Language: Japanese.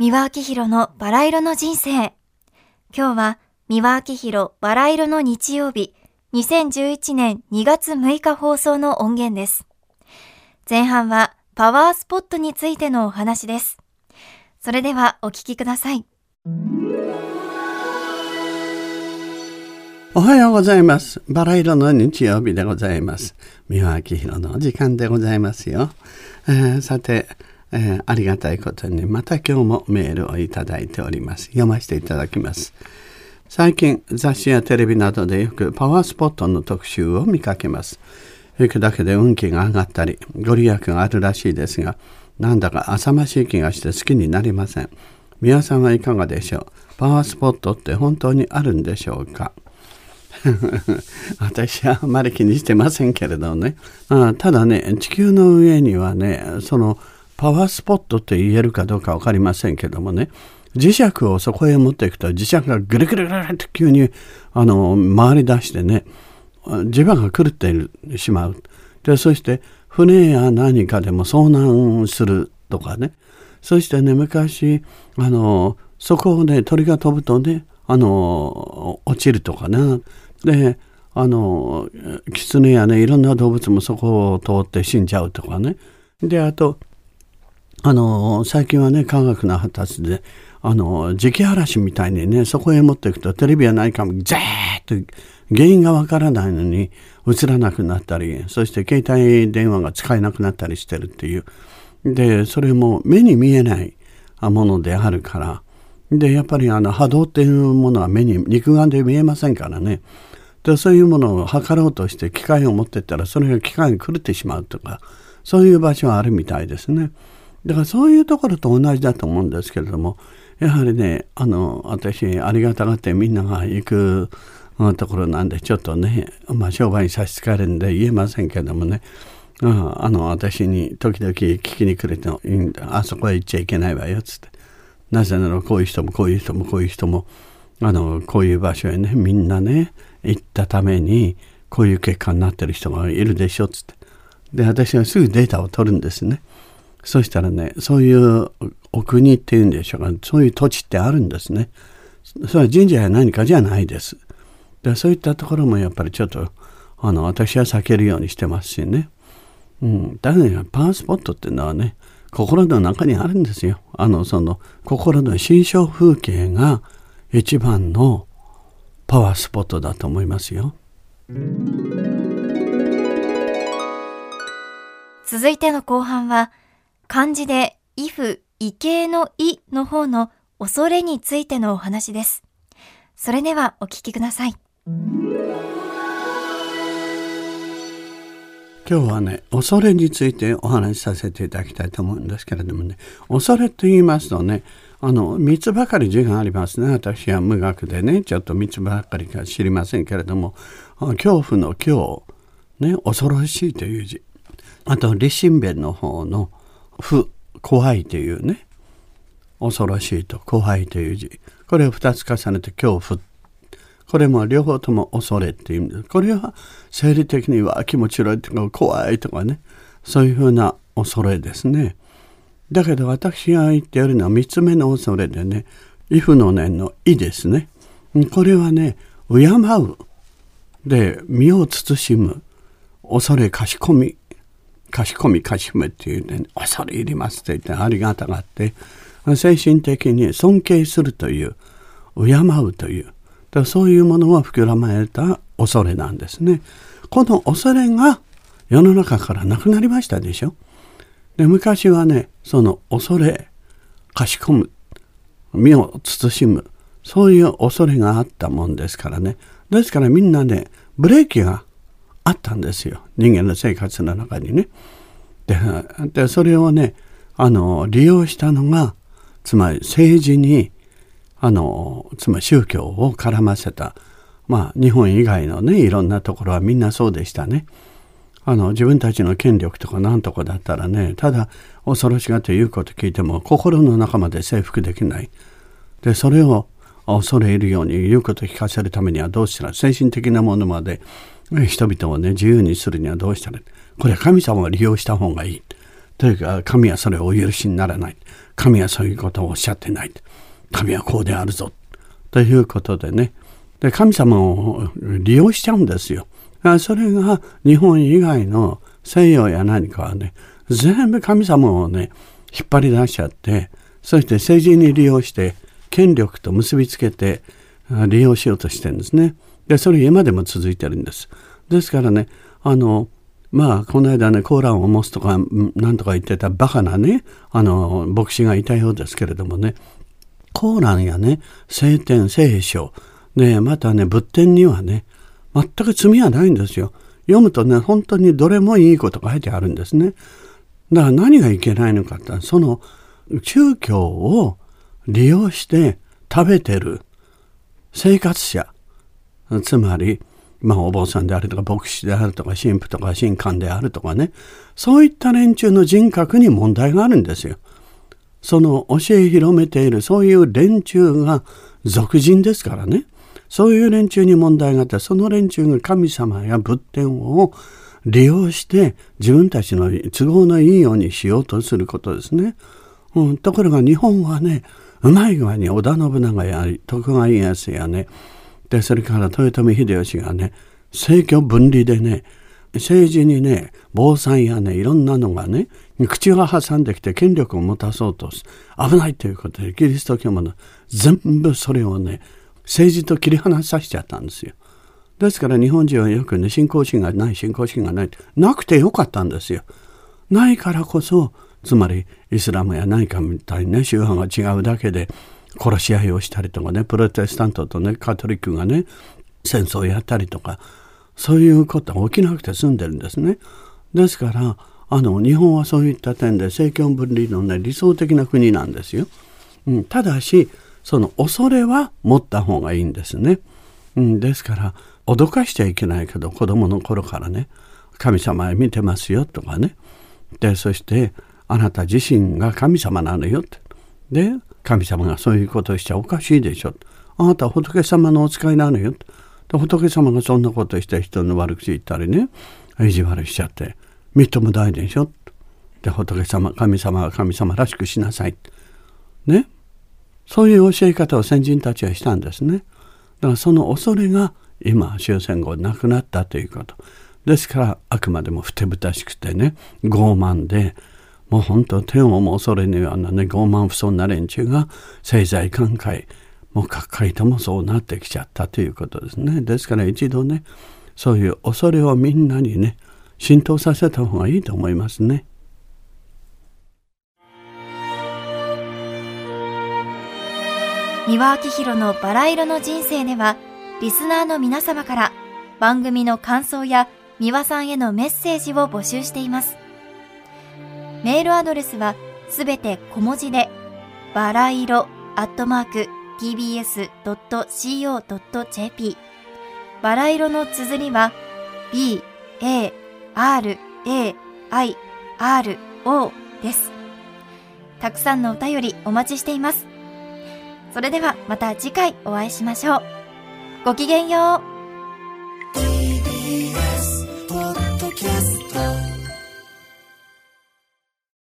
三輪明宏のバラ色の人生。今日は三輪明宏バラ色の日曜日、2011年2月6日放送の音源です。前半はパワースポットについてのお話です。それではお聞きください。 おはようございます。バラ色の日曜日でございます。三輪明宏の時間でございますよ。さて、ありがたいことにまた今日もメールをいただいております。読ませていただきます。最近雑誌やテレビなどでよくパワースポットの特集を見かけます。行くだけで運気が上がったりご利益があるらしいですが、なんだか浅ましい気がして好きになりません。皆さんはいかがでしょう。パワースポットって本当にあるんでしょうか。私はあまり気にしてませんけれどね。ただね、地球の上にはね、そのパワースポットって言えるかどうか分かりませんけどもね、磁石をそこへ持っていくと磁石がぐるぐるぐるって急に回り出してね、磁場が狂ってしまう。で、そして船や何かでも遭難するとかね。そしてね、昔そこをね、鳥が飛ぶとね、落ちるとかね。で、狐やね、いろんな動物もそこを通って死んじゃうとかね。で、あと最近はね、科学の発達で磁気嵐みたいにね、そこへ持っていくとテレビや何かもザーッと原因がわからないのに映らなくなったり、そして携帯電話が使えなくなったりしてるっていう。で、それも目に見えないものであるから。で、やっぱり波動っていうものは目に肉眼で見えませんからね。で、そういうものを測ろうとして機械を持ってったら、それが機械に狂ってしまうとか、そういう場所はあるみたいですね。だからそういうところと同じだと思うんですけれども、やはりね、私ありがたがってみんなが行くところなんで、ちょっとね、商売に差し支えるんで言えませんけどもね、私に時々聞きに来ると、あそこへ行っちゃいけないわよつって、なぜならこういう人もこういう人もこういう人もこういう場所へね、みんなね行ったためにこういう結果になってる人がいるでしょつって、で、私はすぐデータを取るんですね。そしたらね、そういうお国っていうんでしょうか、そういう土地ってあるんですね。それは神社や何かじゃないです。で、そういったところもやっぱりちょっと私は避けるようにしてますしね。だからね、パワースポットっていうのはね、心の中にあるんですよ。その心の心象風景が一番のパワースポットだと思いますよ。 続いての後半は、漢字で畏怖、畏敬の畏の方の恐れについてのお話です。それではお聞きください。 今日はね、恐れについてお話しさせていただきたいと思うんですけれどもね、恐れと言いますとね、3つばかり字がありますね。私は無学でね、ちょっと3つばかりか知りませんけれども、恐怖の恐、ね、恐ろしいという字。あと、立身弁の方の不、怖いというね、恐ろしいと怖いという字。これを2つ重ねて恐怖。これも両方とも恐れっていうんです。これは生理的には気持ち悪いとか怖いとかね、そういうふうな恐れですね。だけど私が言っているのは3つ目の恐れでね、畏怖の念の畏ですね。これはね、敬う。で、身を慎む。恐れかしこみっていうね、恐れ入りますと言ってありがたがって、精神的に尊敬するという、敬うという、そういうものを膨らまれた恐れなんですね。この恐れが世の中からなくなりましたでしょ。で、昔はね、その恐れ、かしこむ、身を慎む、そういう恐れがあったもんですからね。ですからみんなね、ブレーキがあったんですよ。人間の生活の中にね。で、それをね、利用したのが、つまり政治に、つまり宗教を絡ませた。日本以外のね、いろんなところはみんなそうでしたね。自分たちの権力とか何とかだったらね、ただ恐ろしがということ聞いても心の中まで征服できない。で、それを恐れ入るように言うことを聞かせるためにはどうしたら、精神的なものまで人々をね、自由にするにはどうしたら、これは神様を利用した方がいい。 というか、神はそれをお許しにならない。神はそういうことをおっしゃってない。神はこうであるぞ。ということでね。で、神様を利用しちゃうんですよ。それが日本以外の西洋や何かはね、全部神様をね、引っ張り出しちゃって、そして政治に利用して、権力と結びつけて利用しようとしてるんですね。で、それ今でも続いてるんです。ですからね、この間ね、コーランを持つとか、なんとか言ってたバカなね、牧師がいたようですけれどもね、コーランやね、聖典、聖書、ね、またね、仏典にはね、全く罪はないんですよ。読むとね、本当にどれもいいこと書いてあるんですね。だから何がいけないのかって、その宗教を利用して食べてる生活者、つまり、お坊さんであるとか、牧師であるとか、神父とか、神官であるとかね、そういった連中の人格に問題があるんですよ。その教え広めている、そういう連中が俗人ですからね。そういう連中に問題があって、その連中が神様や仏典を利用して自分たちの都合のいいようにしようとすることですね。ところが日本はね、うまい具合に織田信長や徳川家康やね、でそれから豊臣秀吉がね、政教分離でね、政治にね、防災やね、いろんなのがね、口が挟んできて権力を持たそうと危ないということで、キリスト教も全部それをね、政治と切り離させちゃったんですよ。ですから日本人はよくね、信仰心がない、信仰心がない。なくてよかったんですよ。ないからこそ、つまりイスラムや何かみたいにね、宗派が違うだけで殺し合いをしたりとかね、プロテスタントとね、カトリックがね、戦争をやったりとか、そういうことが起きなくて済んでるんですね。ですから、日本はそういった点で政教分離のね、理想的な国なんですよ。ただし、その恐れは持った方がいいんですね。ですから、脅かしちゃいけないけど、子供の頃からね、神様は見てますよとかね。で、そして、あなた自身が神様なのよって。で、神様がそういうことをしちゃおかしいでしょ。あなたは仏様のお使いなのよって。で、仏様がそんなことをして人の悪口言ったりね、意地悪しちゃって、みっともないでしょ。で、仏様、神様は神様らしくしなさい。ね。そういう教え方を先人たちはしたんですね。だからその恐れが今終戦後なくなったということ。ですからあくまでもふてぶたしくてね、傲慢で、もう本当天をも恐れぬようなね、傲慢不遜な連中が政財官界、もう各界ともそうなってきちゃったということですね。ですから一度ね、そういう恐れをみんなにね、浸透させた方がいいと思いますね。 三輪明宏のバラ色の人生では、リスナーの皆様から番組の感想や三輪さんへのメッセージを募集しています。メールアドレスはすべて小文字で、バラ色@tbs.co.jp。バラ色の綴りは BARAIRO です。たくさんのお便りお待ちしています。それではまた次回お会いしましょう。ごきげんよう。